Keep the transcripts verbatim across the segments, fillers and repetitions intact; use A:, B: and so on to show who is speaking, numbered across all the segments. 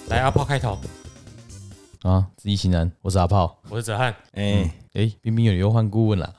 A: 来阿炮开头
B: 啊！知易行难，我是阿炮，
A: 我是哲汉。
B: 哎哎，彬彬有又换顾问了。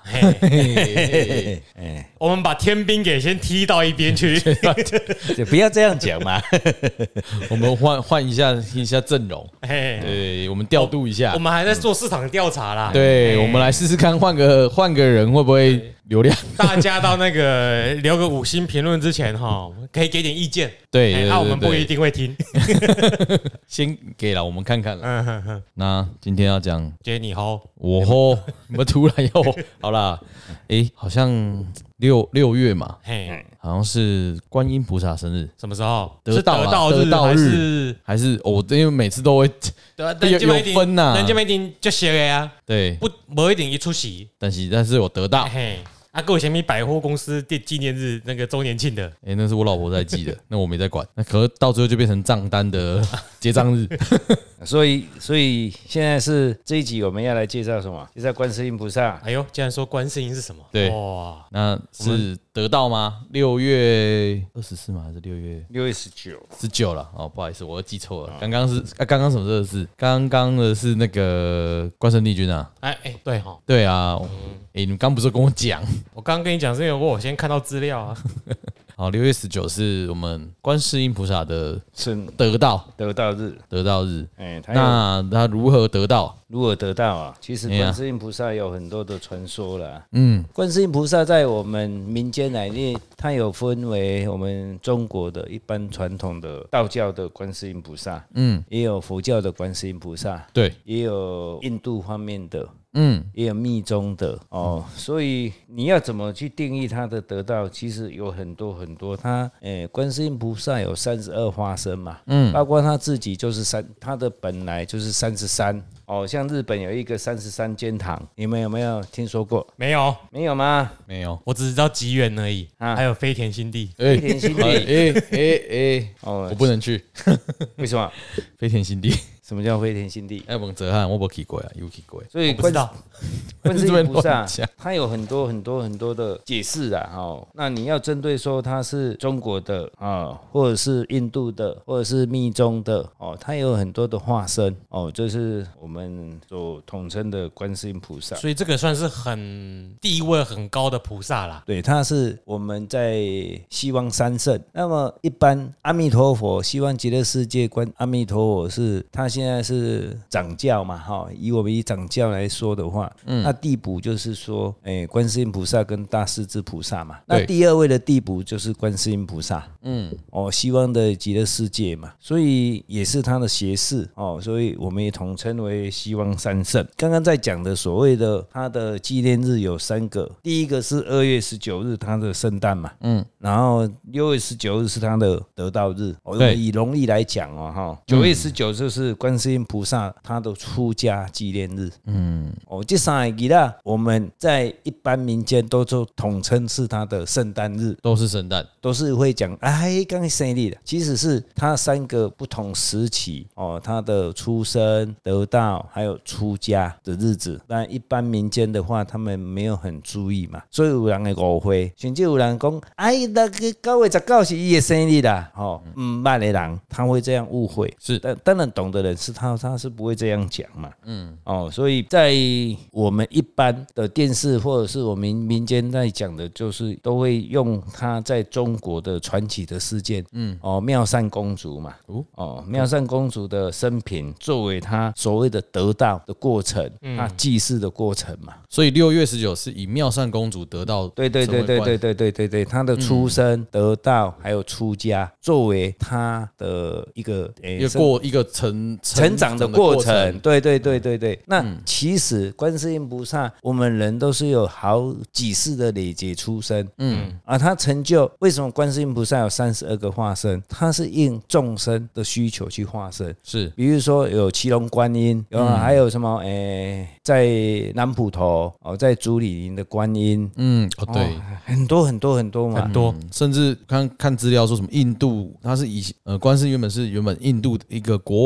A: 哎，我们把天兵给先踢到一边去，
C: 不要这样讲嘛。
B: 我们换换一下一下阵容，对，我们调度一下。
A: 我们还在做市场调查啦。
B: 对，我们来试试看，换个换个人会不会流量？
A: 大家到那个留个五星评论之前哈，可以给点意见。
B: 对，
A: 那我们不一定会听，
B: 先给了我们看看了。
A: 嗯哼哼。
B: 那今天要讲，
A: 接你吼，
B: 我吼，你们突然又好啦。哎，好像六六月嘛，好像是观音菩萨生日，
A: 什么时候？
B: 得道
A: 得道日
B: 得道
A: 日
B: 还是我？因为每次都会有有分呐，
A: 人家没一定就写的呀，
B: 对，
A: 不不一定一出席，
B: 但是但是我得到。
A: 啊，各位前面百货公司纪纪念日那个周年庆的，
B: 哎、欸，那是我老婆在记的，那我没在管。那可是到最后就变成账单的结账日。
C: 所以，所以现在是这一集我们要来介绍什么？介绍观世音菩萨。
A: 哎呦，既然说观世音是什么？
B: 对，哇，那是得道吗？六月二十四吗？还是六月？
C: 六月十九，
B: 十九了。哦，不好意思，我又记错了。刚刚是啊，刚刚什么日子？刚刚的是那个关圣帝君啊。
A: 哎哎，对哈，
B: 对啊。哎、欸，你们刚不是跟我讲？
A: 我刚刚跟你讲是因为我先看到资料啊。
B: 好，六月十九是我们观世音菩萨的得道
C: 得道日，
B: 得道日。
C: 哎，
B: 那他如何得道？
C: 如何得道啊？其实观世音菩萨有很多的传说啦。嗯，观世音菩萨在我们民间来列，它有分为我们中国的一般传统的道教的观世音菩萨，嗯，也有佛教的观世音菩萨，对，也有印度方面的。嗯，也有密宗的哦，所以你要怎么去定义它的得道？其实有很多很多，它诶，观世音菩萨有三十二化身嘛，嗯，包括他自己就是三，他的本来就是三十三哦，像日本有一个三十三间堂，你们有没有听说过？
A: 没有，
C: 没有吗？
B: 没有，
A: 我只知道吉原而已，啊、还有飞田新地，
C: 飞田新地，
B: 哎哎哎，哦，我不能去，
C: 为什么？
B: 飞田新地。
C: 什么叫飞田新地？
B: 哎，蒙泽汉，我没去过啊，有去过。
C: 所以
A: 不知道，
C: 观世音菩萨它有很多很多很多的解释啊。哦，那你要针对说它是中国的啊，或者是印度的，或者是密宗的哦，它有很多的化身哦，这是我们所统称的观世音菩萨。
A: 所以这个算是很地位很高的菩萨啦。
C: 对，它是我们在西方三圣。那么一般阿弥陀佛，西方极乐世界观阿弥陀佛是他现在是掌教嘛，哈，以我们以掌教来说的话，嗯，那地补就是说，哎，观世音菩萨跟大势至菩萨嘛，那第二位的地补就是观世音菩萨，嗯，哦，西方的极乐世界嘛，所以也是他的胁侍哦，所以我们也统称为西方三圣。刚刚在讲的所谓的他的纪念日有三个，第一个是二月十九日他的圣诞嘛，嗯，然后六月十九日是他的得道日，哦，以农历来讲哦，哈，九月十九就是观世音菩萨他的出家纪念日，嗯，哦，这三个啦，我们在一般民间都就统称是他的圣诞日，
B: 都是圣诞，
C: 都是会讲哎，刚生日的，其实是他三个不同时期哦，他的出生、得道还有出家的日子，但一般民间的话，他们没有很注意嘛，所以有人会误会，甚至有人讲，哎，那个九月十九是他的生日啦，哦，唔捌的人他会这样误会，是，但当然懂的人是他，他是不会这样讲嘛，嗯，哦，所以在我们一般的电视或者是我们民间在讲的，就是都会用他在中国的传奇的事件，嗯，哦，妙善公主嘛，哦，妙善公主的生平作为他所谓的得道的过程，他祭祀的过程嘛，
B: 所以六月十九是以妙善公主得道，
C: 对对对对对对对对对，她的出生、得道还有出家，作为她的一个
B: 一个过一个成
C: 成长的过程，对对对对对。那其实观世音菩萨，我们人都是有好几世的累劫出生，嗯，啊，他成就为什么观世音菩萨有三十二个化身？他是应众生的需求去化身，是，比如说有骑龙观音，有还有什么诶，在南普陀哦，在竹里林的观音，嗯，
B: 哦对，
C: 很多很多很多嘛，
B: 很多，甚至看看资料说什么印度，他是以呃观世原本是原本印度一个国王的儿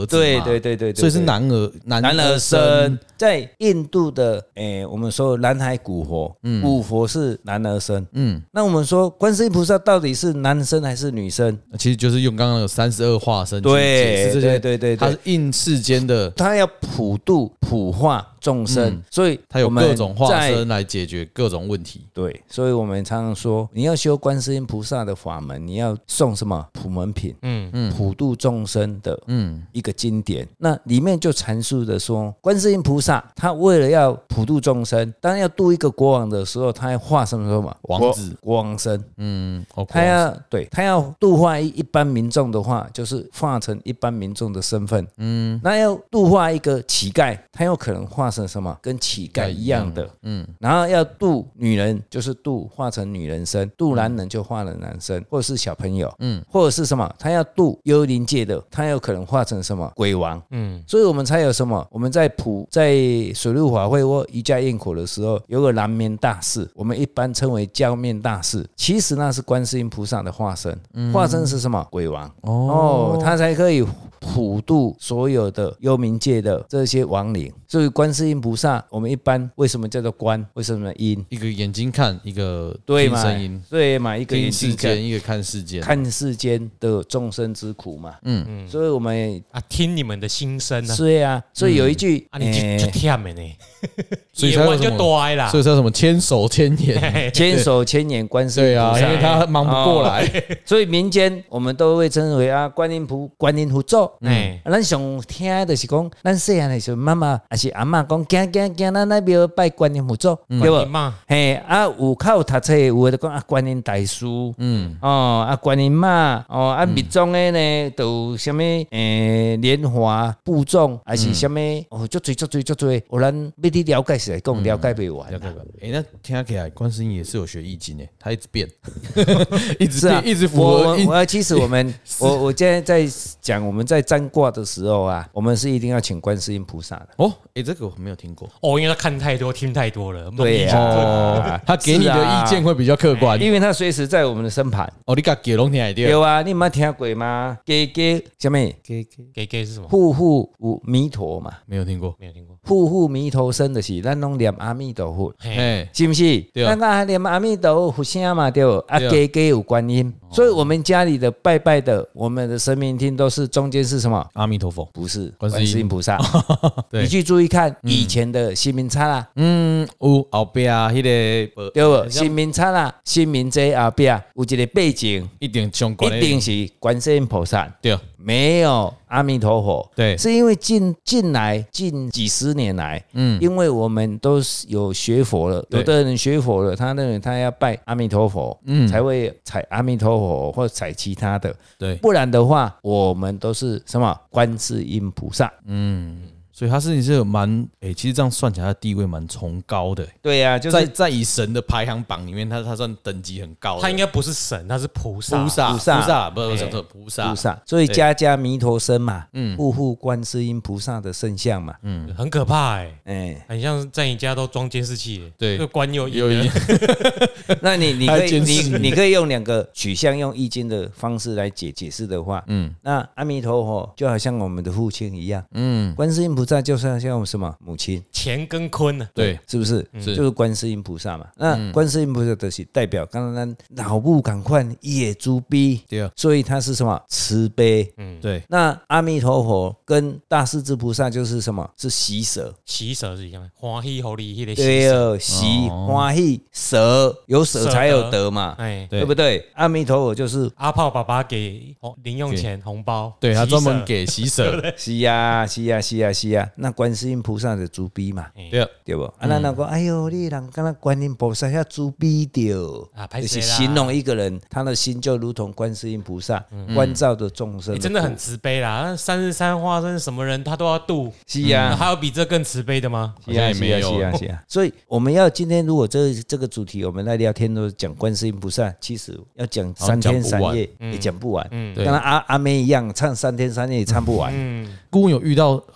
B: 子嘛，
C: 对对对对对，
B: 所以是男儿男
C: 男儿生。在印度的诶、欸，我们说南海古佛，嗯，古佛是男儿生，嗯，那我们说观世音菩萨到底是男生还是女生？
B: 其实就是用刚刚的三十二化身去解释这些，
C: 对对对对，
B: 他是应世间的，
C: 他要普度普化众生，嗯、所以
B: 他有各种化身来解决各种问题。
C: 对，所以我们常常说，你要修观世音菩萨的法门，你要送什么普门品，嗯嗯，普度众生的，嗯，一个经典。那里面就阐述的说，观世音菩萨他为了要普度众生，当要度一个国王的时候，他要化什么什么
B: 王子
C: 国王身，
B: 嗯，
C: 他要对他要度化一般民众的话，就是化成一般民众的身份，嗯，那要度化一个乞丐，他有可能化成什么跟乞丐一样的，嗯，然后要度女人，就是度化成女人身，度男人就化了男身，或者是小朋友，嗯，或者是什么，他要度幽灵界的，他有可能化成什么鬼王，嗯，所以我们才有什么，我们在普在水陆法会或瑜伽焰口的时候，有个南面大士，我们一般称为教面大士，其实那是观世音菩萨的化身，化身是什么鬼王哦，他才可以普度所有的幽冥界的这些亡灵。所以观世音菩萨，我们一般为什么叫做观？为什么音？
B: 一个眼睛看，一个听声音，
C: 对嘛？一个
B: 听世间，一个看世间，
C: 看世间的众生之苦嘛。嗯嗯，所以我们
A: 啊，听你们的心声啊。
C: 对啊，所以有一句
A: 啊，你就就忝的呢，
B: 所以
A: 才就呆啦，
B: 所以才什么千手千眼，
C: 千手千眼观世音菩萨，
B: 对啊，因为他忙不过来，
C: 所以民间我们都会称为啊观音菩观音佛祖。嗯，咱上听的是讲，咱细汉的时候，妈妈还是阿嬷讲，行行行，咱那边拜观音佛祖，对不？嘿，啊有靠读册，有的讲啊观音大师，嗯，哦啊观音妈，哦啊密宗的呢，都什么诶莲花布种，还是什么哦，足多足多足多，我咱要你了解是来讲了解不完。了解不？
B: 哎，那听起来观世音也是有学易经诶，他一直变，一直变，一直符合。
C: 我我其实我们我我现在在讲我们在占卦的时候啊，我们是一定要请观世音菩萨的。
B: 哦，哎，这个我没有听过
A: 哦，因为他看太多，听太多了。
C: 对呀、
B: 哦，他给你的意见会比较客观，
C: 因为他随时在我们的身旁。
B: 哦，你甲给拢听得到？
C: 有啊，你没听过吗？给给什么？
A: 给给给给是什么？
C: 户户有弥陀嘛？
B: 没有听过，
A: 没有听过。
C: 户户弥陀身的是，咱拢念阿弥陀佛，是不是？
B: 对，
C: 咱个念阿弥陀佛佛声嘛，对不？啊，给给有观音，所以我们家里的拜拜的，我们的神明厅都是中间是什么？
B: 阿弥陀佛，
C: 不是观世音菩萨。
B: 你
C: 去注意看以前的新民册啦，
B: 嗯，有后边啊，迄个
C: 对不？新民册啦，新民这后边有一个背景，
B: 一定相关，
C: 一定是观世音菩萨，
B: 对，
C: 没有阿弥陀佛，
B: 对，
C: 是因为近近来近几十年来，嗯，因为我们都是有学佛了，有的人学佛了，他认为他要拜阿弥陀佛，嗯，才会采阿弥陀佛或采其他的，
B: 对，
C: 不然的话，我们都是什么观世音菩萨，
B: 嗯。所以他是你是蛮诶，其实这样算起来，他的地位蛮崇高的。
C: 对呀、啊，就是
B: 在在以神的排行榜里面，他他算等级很高的。
A: 他应该不是神，他是菩萨，
B: 菩萨，
C: 菩萨，
B: 菩萨，不是不是菩萨，
C: 菩萨。所以家家弥陀身嘛，嗯，户户观世音菩萨的圣像嘛，
A: 嗯，很可怕哎、欸，哎、
C: 欸，
A: 很像在你家都装监视器、欸，
B: 对，
A: 这观有
B: 有
A: 影。
C: 那你你可以你你可以用两个取向，用易经的方式来解解释的话，嗯，那阿弥陀佛就好像我们的父亲一样，嗯，观世音菩萨就像像我们什么母亲，
A: 乾跟坤呢？
B: 对，
C: 是不是？是就是观世音菩萨嘛。那观世音菩萨就是代表刚刚老母赶快也猪逼，
B: 对啊，
C: 所以他是什么慈悲？
B: 嗯，对。
C: 那阿弥陀佛跟大势至菩萨就是什么？是喜舍，
A: 喜舍是一样的，欢喜互利，迄个
C: 对哦，喜欢喜舍，有舍才有得嘛，哎，对不对？阿弥陀佛就是
A: 阿炮爸爸给零用钱红包，
B: 对他专门给喜舍，
C: 是呀，是呀，是呀，是呀。那观世音菩萨的慈悲嘛，
B: 对
C: 对不？啊，那那个，哎呦，你人跟那观音菩萨要慈悲掉啊，就是形容一个人，他的心就如同观世音菩萨关照的众生，
A: 真的很慈悲啦。三十三化身什么人他都要度，
C: 是呀，
A: 还有比这更慈悲的吗？
C: 是呀，是呀，是呀，是呀。所以我们要今天如果这这个主题我们来聊天都讲观世音菩萨，其实要讲三天三夜也讲不完，跟阿阿妹一样唱三天三夜也唱不完。
B: 嗯，顾问有遇到还是说？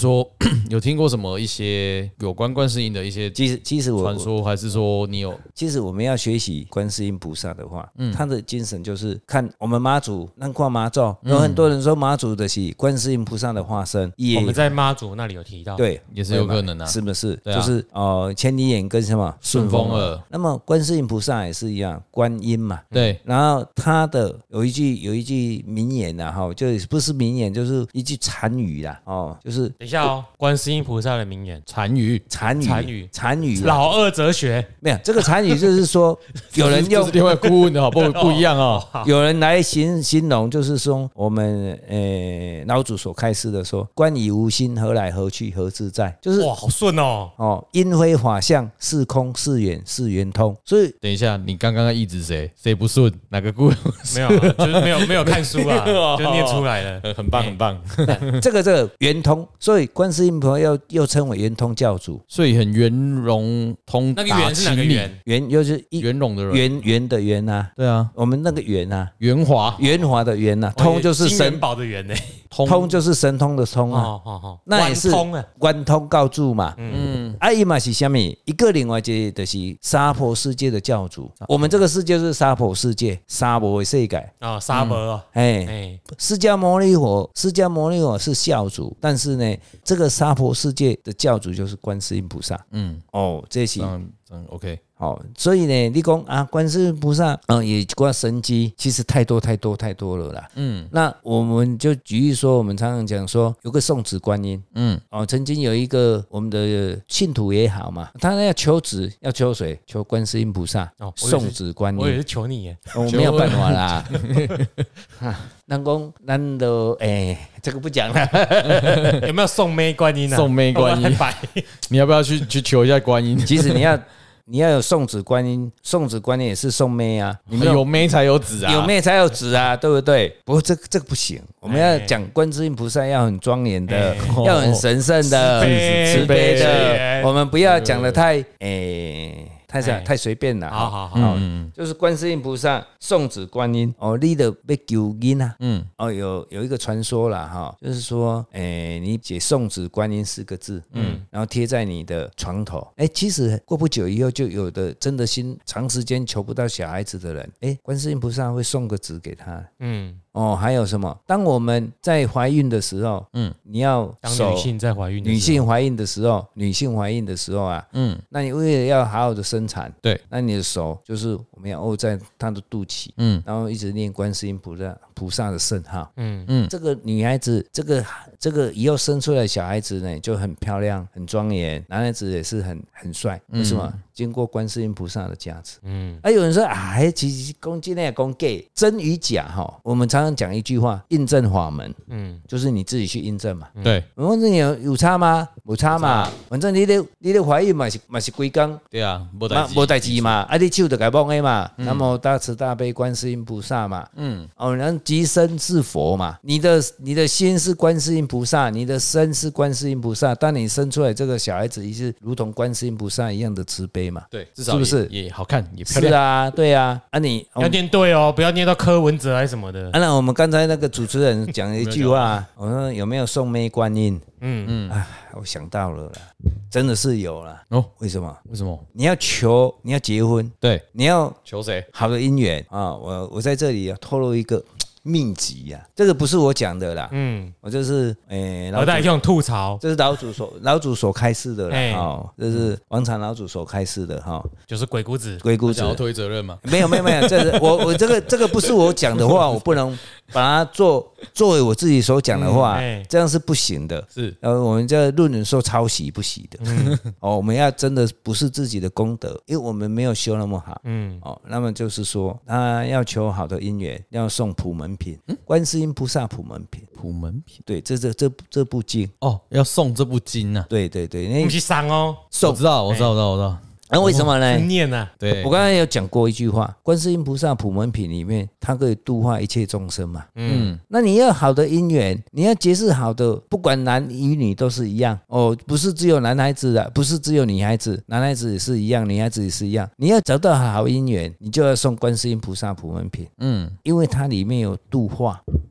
B: 说有听过什么一些有关观世音的一些
C: 其实其实我
B: 传说，还是说你有？
C: 其实我们要学习观世音菩萨的话，嗯，他的精神就是看我们妈祖，那看妈祖，有很多人说妈祖的是观世音菩萨的化身，也
A: 我们在妈祖那里有提到，
C: 对，
B: 也是有可能啊，
C: 是不是？
B: 啊、
C: 就是呃千里眼跟什么
B: 顺风耳。
C: 那么观世音菩萨也是一样，观音嘛，
B: 对。
C: 然后他的有一句有一句名言呐，哈，就不是名言，就是一句禅语啦，哦，就是
A: 等一下哦，观世音菩萨的名言，
B: 禅语，
C: 禅语，
A: 禅语，
C: 禅语，
A: 老二哲学
C: 没有这个禅语，就是说有人用
B: 另外顾问的好不不一样哦，
C: 有人来形形容，就是说我们呃老祖所开示的说，观以无心，何来何去何自在，就是
A: 哇，好顺哦，
C: 哦，因非法相，是空是远是圆通，所以
B: 等一下，你刚刚在意指谁？谁不顺？哪个顾问？
A: 没有，就是没有没有看书啊，就念出来了，
B: 很棒很棒。
C: 这个这个圆通，所以观世音菩萨又又称为圆通教主，
B: 所以很圆融通达
A: 那个圆是哪个圆？
C: 圆就是一
B: 圆融的人，
C: 圆圆的圆啊，
B: 对啊，
C: 我们那个圆啊，
B: 圆滑
C: 圆滑的圆啊，通就是神
A: 宝的圆呢，
C: 通就是神通的通啊，
A: 哦哦哦，
C: 那也是
A: 通啊，
C: 贯通告注嘛，嗯，啊伊嘛是什么？一个另外一个就是娑婆世界的教主，我们这个世界是娑婆世界，娑婆的世界
A: 啊，娑婆哦，
C: 哎哎，释迦牟尼佛，释迦牟尼佛是教主，但是呢，这个娑婆世界的教主就是观世音菩萨，嗯，哦，这是
B: 嗯嗯 OK。
C: 好、哦，所以呢，你讲啊，观世音菩萨，嗯，也挂神机，其实太多太多太多了啦。嗯，那我们就举例说，我们常常讲说，有个送子观音，嗯，哦，曾经有一个我们的信徒也好嘛，他要求子，要求谁？求观世音菩萨，哦，送子观音，
A: 我也是求你耶，
C: 我、哦、没有办法啦。人讲，咱都哎，这个不讲了。
A: 有没有送妹观音啊？
B: 送妹观音，你要不要去去求一下观音？
C: 其实你要。你要有送子观音，送子观音也是送妹啊，
B: 你们有妹才有子啊，
C: 有妹才有子啊，对不对？不过这这个不行，我们要讲观世音菩萨要很庄严的，要很神圣的，慈悲的，我们不要讲的太诶。太太太随便了，
A: 好好好，
C: 嗯，就是观世音菩萨送子观音哦，你的被求音啊，嗯，哦，有有一个传说啦，哈，就是说，诶，你写送子观音四个字，嗯，然后贴在你的床头，哎，其实过不久以后，就有的真的心长时间求不到小孩子的人，哎，观世音菩萨会送个子给他，嗯。哦，还有什么？当我们在怀孕的时候，嗯，你要
A: 当女性在怀孕，
C: 女性怀孕的时候，女性怀孕的时候啊，嗯，那你为了要好好的生产，
B: 对，
C: 那你的手就是我们要握在她的肚脐，嗯，然后一直念观世音菩萨菩萨的圣号，嗯嗯，这个女孩子，这个这个以后生出来的小孩子呢，就很漂亮、很庄严，男孩子也是很很帅，为什么？经过观世音菩萨的加持，嗯，啊，有人说啊，其实讲真的讲假，真与假哈，我们常常讲一句话，印证法门，嗯，就是你自己去印证嘛，
B: 对，
C: 反正有有差吗？有差嘛，反正你的你的怀孕嘛是嘛是几天，
B: 对啊，无代志，
C: 无代志嘛，啊，你手就该摸的嘛，南无大慈大悲观世音菩萨嘛，嗯，哦，然后即身是佛嘛，你的你的心是观世音菩萨，你的身是观世音菩萨，当你生出来这个小孩子，也是如同观世音菩萨一样的慈悲嘛，
B: 对，至少
C: 是不是
B: 也好看也漂亮？
C: 是啊，对啊，啊你
A: 要念对哦，不要念到柯文哲还是什么的。
C: 啊，那我们刚才那个主持人讲了一句话，我说有没有送妹观音？嗯嗯，啊，我想到了啦，真的是有了哦。为什么？
B: 为什么？
C: 你要求，你要结婚，
B: 对，
C: 你要
B: 求谁？
C: 好的姻缘啊！我我在这里啊透露一个秘籍呀、啊，这个不是我讲的啦，嗯，我就是诶，
A: 老大用吐槽，
C: 这是老祖所老祖所开示的啦，哦，这是王禅老祖所开示的哈，
A: 就是鬼谷子，
C: 鬼谷子
B: 想要推责任吗？
C: 没有没有没有，这是我我这个这个不是我讲的话，我不能把它做作为我自己所讲的话，嗯、这样是不行的。
B: 是，
C: 然后我们这论人说抄袭不行的。嗯、哦，我们要真的不是自己的功德，因为我们没有修那么好。嗯，哦，那么就是说，他要求好的姻缘，要送普门品，嗯、观世音菩萨普门品，
B: 普门品，
C: 对，这这这这部经
B: 哦，要送这部经啊。
C: 对对对，
A: 不是送哦，
C: 送，
B: 我知道，我知道，我知道，我知道。
C: 那、啊、为什么呢？
A: 念啊，
B: 对，
C: 我刚才有讲过一句话，观世音菩萨普门品里面，它可以度化一切众生嘛。嗯，那你要好的姻缘，你要结识好的，不管男与女都是一样哦，不是只有男孩子的，不是只有女孩子，男孩子也是一样，女孩子也是一样。你要找到好姻缘，你就要送观世音菩萨普门品。嗯，因为它里面有度化。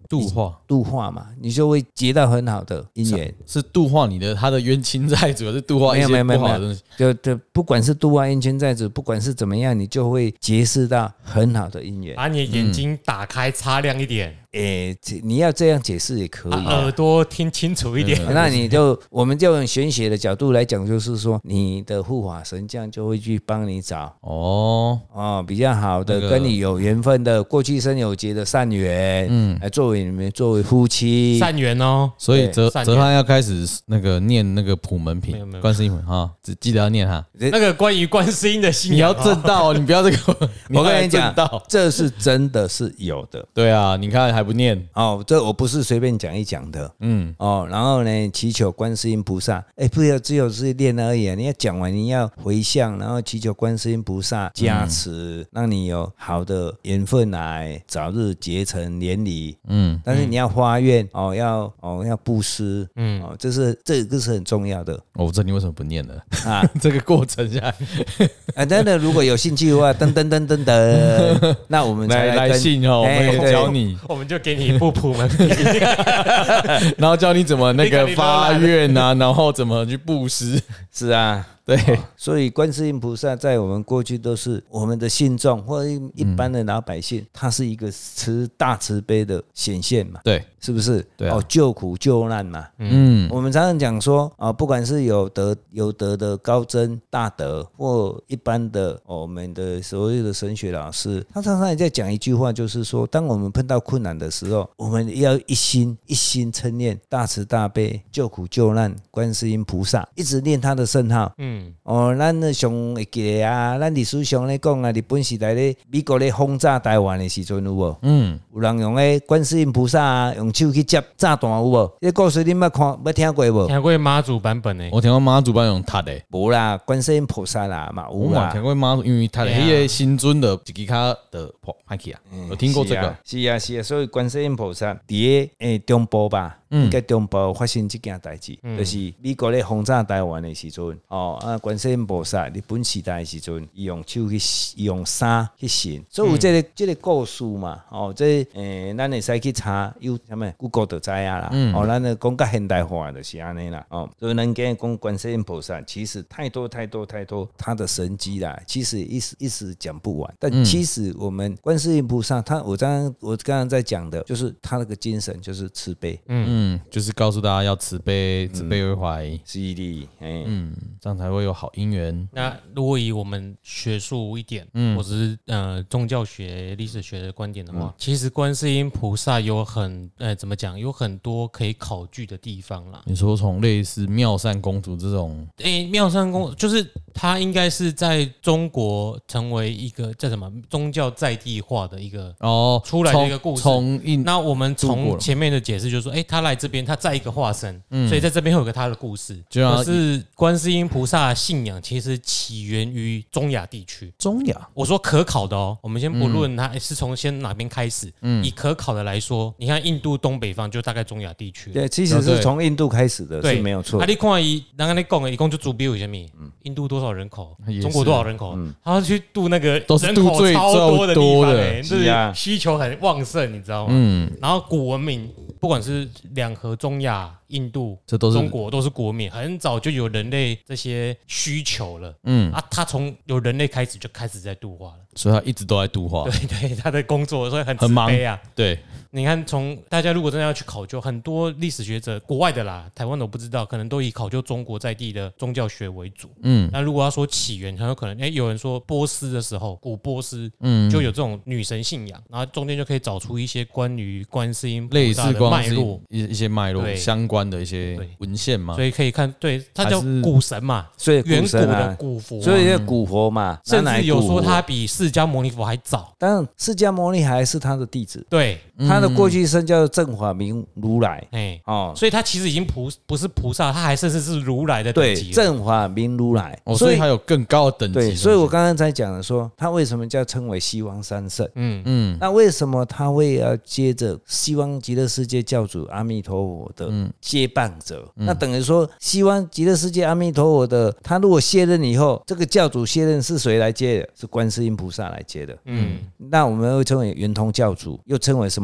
B: 度化
C: 度化嘛，你就会结到很好的姻缘。
B: 是度化你的他的冤亲债主，还是度化一些不好的东西？
C: 就就不管是度化冤亲债主，不管是怎么样，你就会结识到很好的姻缘。
A: 把你的眼睛打开，擦亮一点。
C: 诶、欸，你要这样解释也可以、啊，
A: 耳朵听清楚一点。
C: 嗯、那你就，我们就用玄学的角度来讲，就是说，你的护法神将就会去帮你找哦哦比较好的、那個、跟你有缘分的，过去生有结的善缘，嗯，来作为你们作为夫妻
A: 善缘哦。
B: 所以泽泽汉要开始那个念那个普门品，观世音门哈，只记得要念哈。
A: 那个关于观世音的信仰，
B: 你要正道，你不要这个。
C: 我跟你讲，这是真的是有的。
B: 对啊，你看还不念
C: 哦，这我不是随便讲一讲的，嗯，哦，然后呢，祈求观世音菩萨，哎，不要只有是念而已啊，你要讲完，你要回向，然后祈求观世音菩萨加持，嗯、让你有好的缘分来早日结成连理，嗯，但是你要发愿哦，要哦要布施，嗯，哦，这是这个是很重要的。
B: 哦，这你为什么不念呢？啊，这个过程下来，
C: 啊，真的，如果有兴趣的话，噔噔噔噔噔，那我们才
B: 来来信哦，我们也教你，
A: 我们就给你一部普门品。
B: 然后教你怎么那个发愿啊，然后怎么去布施。
C: 是啊，
B: 对、
C: 哦，所以观世音菩萨在我们过去都是我们的信众或者一般的老百姓，他、嗯、是一个慈大慈悲的显现嘛，
B: 对，
C: 是不是？
B: 对、啊、
C: 哦，救苦救难嘛，嗯，我们常常讲说啊、哦，不管是有德有德的高僧大德，或一般的、哦、我们的所谓的神学老师，他常常也在讲一句话，就是说，当我们碰到困难的时候，我们要一心一心称念大慈大悲救苦救难观世音菩萨，一直念他的圣号，嗯，哦，咱呢上会记得啊，咱历史上咧讲啊，日本时代咧美国咧轰炸台湾的时阵有无？嗯，有人用咧观世音菩萨啊，用手去接炸弹有无？这故事你捌看捌听过无？
A: 听过妈祖版本的，
B: 我听过妈祖版用塔的，
C: 无啦，观世音菩萨啦嘛有啦。
B: 我听过妈祖，因为他的迄个新尊的一支卡的派去啊，有听过这个？
C: 是啊是啊，所以观世音菩萨伫个诶中部吧。应该中部发生这件代志，嗯、就是美国咧轰炸台湾的时阵，哦啊，观世音菩萨日本时代的时阵，伊用手去用衫去神，所以有这个、嗯、这个故事嘛，哦，这诶，咱会使去查有什么 Google 就知啊啦，嗯、哦，咱咧讲较现代化就是安尼啦，哦，所以咱今日讲观世音菩萨，其实太多太多太多他的神迹啦，其实一时一时讲不完，但其实我们观世音菩萨，他我刚刚我刚刚在讲的，就是他那个精神就是慈悲，嗯。
B: 嗯，就是告诉大家要慈悲，慈悲为怀，
C: 是的，
B: 嗯，这样才会有好姻缘。
A: 那如果以我们学术一点，嗯，或者是呃宗教学、历史学的观点的话，嗯、其实观世音菩萨有很呃怎么讲，有很多可以考据的地方啦。
B: 你说从类似妙善公主这种，
A: 诶、欸，妙善公主就是她应该是在中国成为一个叫什么宗教在地化的一个哦出来的一个故事。
B: 从
A: 那我们从前面的解释就是说，哎、欸，她来这边，他在一个化身，嗯、所以在这边会有个他的故事。可是观世音菩萨的信仰其实起源于中亚地区。
B: 中亚，
A: 我说可考的哦，我们先不论他是从先哪边开始，嗯、以可考的来说，你看印度东北方就大概中亚地区。
C: 对，其实是从印度开始的，是没有错。
A: 啊，你看伊，人家你讲的，一共就主比有什么？印度多少人口？中国多少人口？嗯、他要去度那个人口超多的地方、欸，就是需求很旺盛，你知道吗？嗯。然后古文明，不管是两河中亚、印度、这都是中国，都是国民，很早就有人类这些需求了。嗯啊，他从有人类开始就开始在度化了，
B: 所以他一直都在度化。
A: 对对，他的工作所以很慈悲啊。
B: 对，
A: 你看，从大家如果真的要去考究，很多历史学者，国外的啦，台湾的我不知道，可能都以考究中国在地的宗教学为主。嗯，那如果要说起源，很有可能，哎、欸，有人说波斯的时候，古波斯，嗯，就有这种女神信仰，然后中间就可以找出一些关于观世音菩萨的脉络，
B: 一一些脉络相关的一些文献嘛，
A: 所以可以看，对，它叫古神嘛，
C: 所以
A: 远古的古佛，
C: 所以叫古佛嘛，
A: 甚至有说他比释迦牟尼佛还早。
C: 当然，释迦牟尼还是他的弟子，
A: 对，
C: 他的过去生叫正法明如来，哎，
A: 哦，所以他其实已经菩不是菩萨，他还甚至是如来的等级，
C: 对，正法明如来，
B: 哦，所以还有更高的等级。
C: 对，所以我刚刚才讲了说，他为什么叫称为西方三圣？嗯嗯，那为什么他会要接着西方极乐世界教主阿弥陀佛的接棒者？嗯、那等于说，西方极乐世界阿弥陀佛的，他如果卸任以后，这个教主卸任是谁来接的？是观世音菩萨来接的。嗯，那我们会称为圆通教主，又称为什么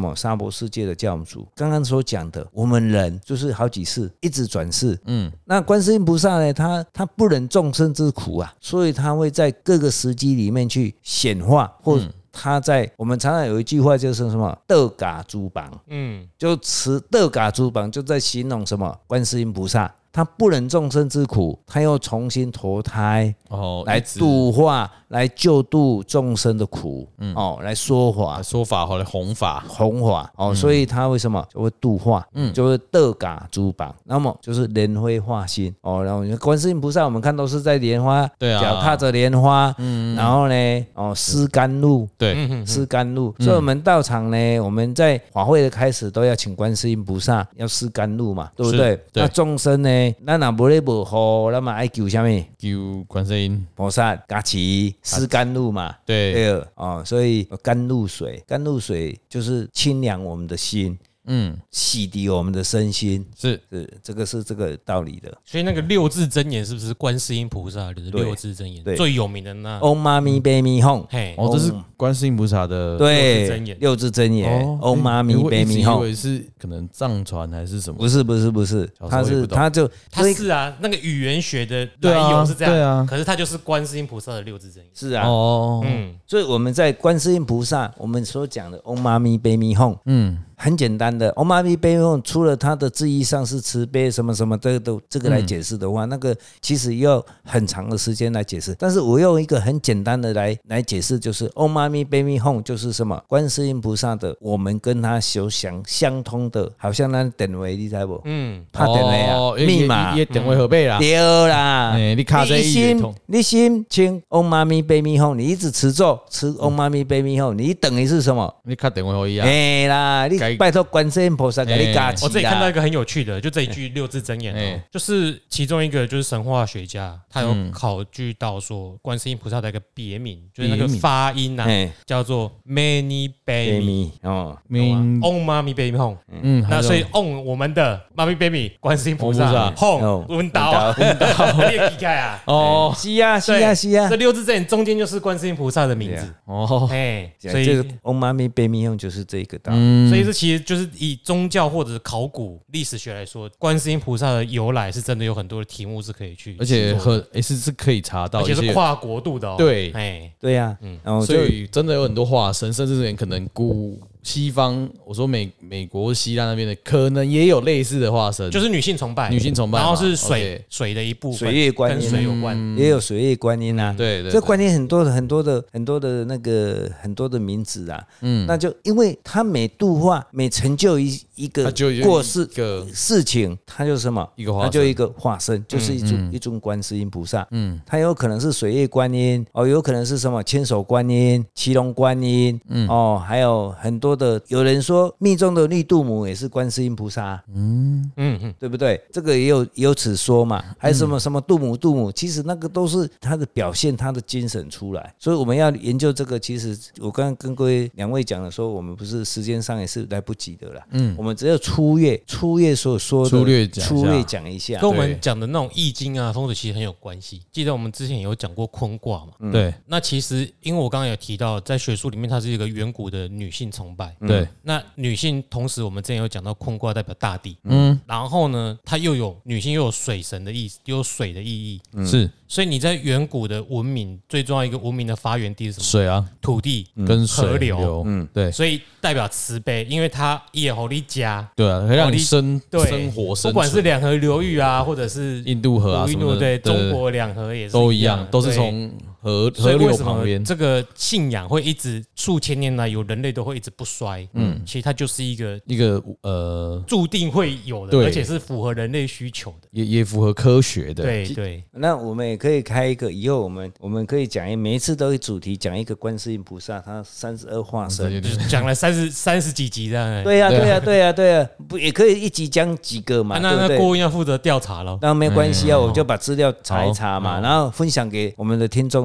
C: 么娑婆世界的教主。刚刚所讲的，我们人就是好几世一直转世，嗯，那观世音菩萨呢，他他不忍众生之苦啊，所以他会在各个时机里面去显化，或者他在我们常常有一句话就是什么得嘎珠榜，嗯，就持得嘎珠榜就在形容什么观世音菩萨。他不忍众生之苦，他又重新投胎，哦，来度化、来救度众生的苦，嗯，哦，来说法、
B: 说法或者弘法、
C: 弘法，哦，嗯、所以他为什么就会度化？嗯，就会得嘎珠榜，那么就是莲花化心，哦，然后观世音菩萨我们看都是在莲花，对啊，脚踏着莲花，嗯，然后呢，哦，施甘露，对，施甘露，所以我们道场呢，我们在法会的开始都要请观世音菩萨要施甘露嘛，对不对？那众生呢？咱若无咧无好，咱嘛爱求什么？
B: 求观世音
C: 菩萨加持施甘露嘛。对，对哦，所以甘露水，甘露水就是清凉我们的心。嗯，洗涤我们的身心，是是，这个是这个道理的。
A: 所以那个六字真言是不是观世音菩萨的六字真言最有名的那
C: ？Om Mani Padme Hum，
B: 嘿，哦，这是观世音菩萨的
C: 对真言，六字真言。Om Mani Padme Hum，
B: 我以为是可能藏传还是什么？
C: 不是不是不是，他是他就
A: 他是啊，那个语言学的来由是这样，对啊，可是他就是观世音菩萨的六字真言。
C: 是啊，哦，嗯，所以我们在观世音菩萨我们所讲的 Om Mani Padme Hum，嗯。很简单的 Om Mani Padme Hum， 除了它的字义上是慈悲什么什么的都这个来解释的话，嗯、那个其实要很长的时间来解释。但是我用一个很简单的来来解释，就是 Om Mani Padme Hum 就是什么？观世音菩萨的，我们跟他所想相通的，好像那电话你知不？嗯，他电话啊，密码
B: 也电话号码啦，
C: 对啦。欸、你卡在心，你心清 Om Mani Padme Hum， 你一直持咒持 Om Mani Padme Hum， 你等于是什么？
B: 你卡电话号码啊？
C: 哎啦，你。拜托观世音菩萨给你加持啦！
A: 我这里看到一个很有趣的，就这一句六字真言、哦，就是其中一个就是神话学家，他有考据到说观世音菩萨的一个别名，就是那个发音啊，叫做 Mani Padme 哦 ，Om Mani Padme Hum， 嗯，那所以 On 我们的 Mani Padme 观世音菩萨 ，Hum 温刀，温刀，你也记开啊？哦，
C: 是啊，是啊，是啊，
A: 这六字真言中间就是观世音菩萨的名字哦，哎，
C: 所以 Om Mani Padme Hum 就是这个道理，
A: 所以这其实就是以宗教或者考古历史学来说，观世音菩萨的由来是真的有很多的题目是可以去，
B: 而且很也是是可以查到，
A: 而且是跨国度的哦。
B: 对，
C: 哎，对呀，
B: 嗯，然后所以真的有很多化身，甚至可能古。西方，我说美美国、希腊那边的，可能也有类似的化身，
A: 就是女性崇拜，
B: 女性崇拜，
A: 然后是水、okay、水的一部分，
C: 水月观音，
A: 跟水有关，
C: 嗯、也有水月观音啊。
B: 对 对, 对，
C: 这观音很多的很多的很多的那个很多的名字啊。嗯，那就因为他每度化、每成就一一个过世事情，他就什么一个化身，他就一个化身，就是一尊、嗯、一尊观世音菩萨。嗯，他有可能是水月观音哦，有可能是什么千手观音、骑龙观音，嗯哦，还有很多的，有人说。说密宗的绿度母也是观世音菩萨，嗯嗯嗯，对不对？这个也有有此说嘛，还有什么什么度母度母，其实那个都是他的表现，他的精神出来。所以我们要研究这个，其实我刚刚跟各位两位讲的说，我们不是时间上也是来不及的啦。嗯，我们只有粗略粗略所说的
B: 粗略
C: 粗略讲一下，
A: 跟我们讲的那种易经啊风水其实很有关系。记得我们之前有讲过坤卦嘛？
B: 嗯、对。
A: 那其实因为我刚刚有提到，在学术里面它是一个远古的女性崇拜，
B: 对、嗯。
A: 那女性，同时我们之前有讲到坤卦代表大地，嗯，然后呢，它又有女性又有水神的意思，又有水的意义，
B: 嗯、是，
A: 所以你在远古的文明最重要一个文明的发源地是什么？
B: 水啊，
A: 土地
B: 跟
A: 河流，
B: 嗯，对，
A: 所以代表慈悲，因为它也好你家，
B: 对啊，可以让你生生活生，
A: 不管是两河流域啊，或者是
B: 印度河啊什么的，
A: 对，中国两河也是
B: 都一样，都是从。河河流旁边，
A: 这个信仰会一直数千年来有人类都会一直不衰。嗯，其实它就是一个
B: 一个呃
A: 注定会有的，而且是符合人类需求的，
B: 也也符合科学的。
A: 对对。
C: 那我们也可以开一个，以后我们我们可以讲一每一次都会主题讲一个观世音菩萨，他三十二化身，
A: 讲了三十三十几集这样。
C: 对呀对呀对呀对呀，不也可以一集讲几个嘛？
A: 那那郭文要负责调查了。
C: 那没关系啊，我就把资料查一查嘛，然后分享给我们的听众。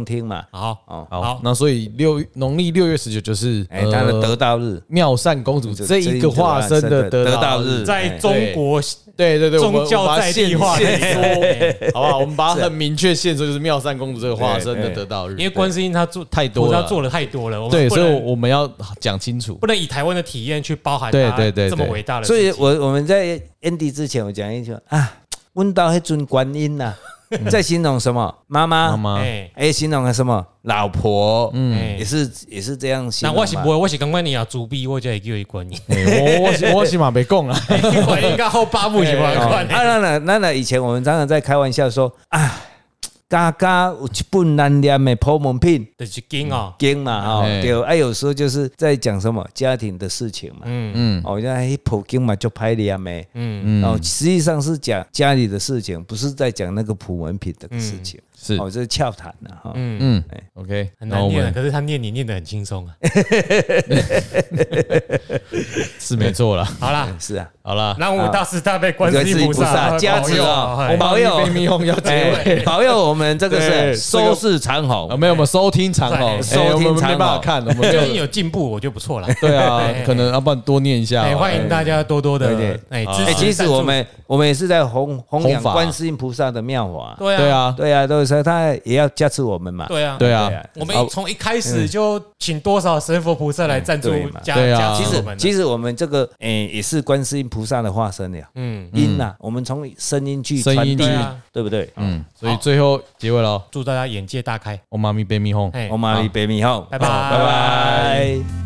C: 听嘛。
A: 好，
B: 哦，好，那所以六农历六月十九就是
C: 哎，他的得道日，
B: 妙善公主这一个化身的得道日，
A: 在中国，
B: 对对对，
A: 宗教在地化
B: 线说，好不好？我们把它很明确线说，就是妙善公主这个化身的得道日，
A: 因为观世音他做
B: 太多了，
A: 他做了太多了，
B: 对，所以我们要讲清楚，
A: 不能以台湾的体验去包含
B: 对对对
A: 这么伟大的。
C: 所以我我们在 Andy 之前，我讲一句啊，问到那尊观音呐。在形容什么？妈妈，妈妈，哎，形容什么？老婆，嗯，也是也是这样形容。
A: 那我是不会，我是刚刚你要主笔，我就会叫伊观音。
B: 我我是我是嘛没讲啊，
A: 观音刚后八部是嘛观音。
C: 啊，那那那那以前我们常常在开玩笑说啊。家家有一本难念的普门品，
A: 就是经哦，
C: 经嘛哈，对，啊，有时候就是在讲什么家庭的事情嘛，嗯嗯，哦，像那普经嘛就拍念的，嗯嗯，然后实际上是讲家里的事情，不是在讲那个普门品的事情。是，哦，这是俏谈的哈。嗯
B: 嗯 ，OK，
A: 很难念，可是他念你念得很轻松啊。
B: 是没错啦。
A: 好啦，
C: 是啊，
B: 好啦，
A: 南无大慈大悲观世音菩萨
C: 加持啊，保佑
B: 被蜜蜂要结尾，
C: 保佑我们这个是收视长虹
B: 啊，没有，我们收听长虹，
C: 收听长虹，
B: 没办法看，我们
A: 最近有进步，我就不错了。
B: 对啊，可能要不然多念一下。
A: 欢迎大家多多的哎支持。
C: 其实我们我们也是在弘弘扬观世音菩萨的妙法。
A: 对啊，
B: 对啊，
C: 对啊，都是他也要加持我们嘛。
A: 对啊，
B: 对啊，
A: 我们从一开始就请多少神佛菩萨来赞助加加持我们。
C: 其实我们这个诶也是观世音菩萨的化身了。嗯，音呐，我们从声音去传递，对不对？
B: 嗯，所以最后结尾了，
A: 祝大家眼界大开。
B: 我妈咪被蜜蜂，
C: 我妈咪被蜜蜂，
A: 拜拜，
C: 拜拜。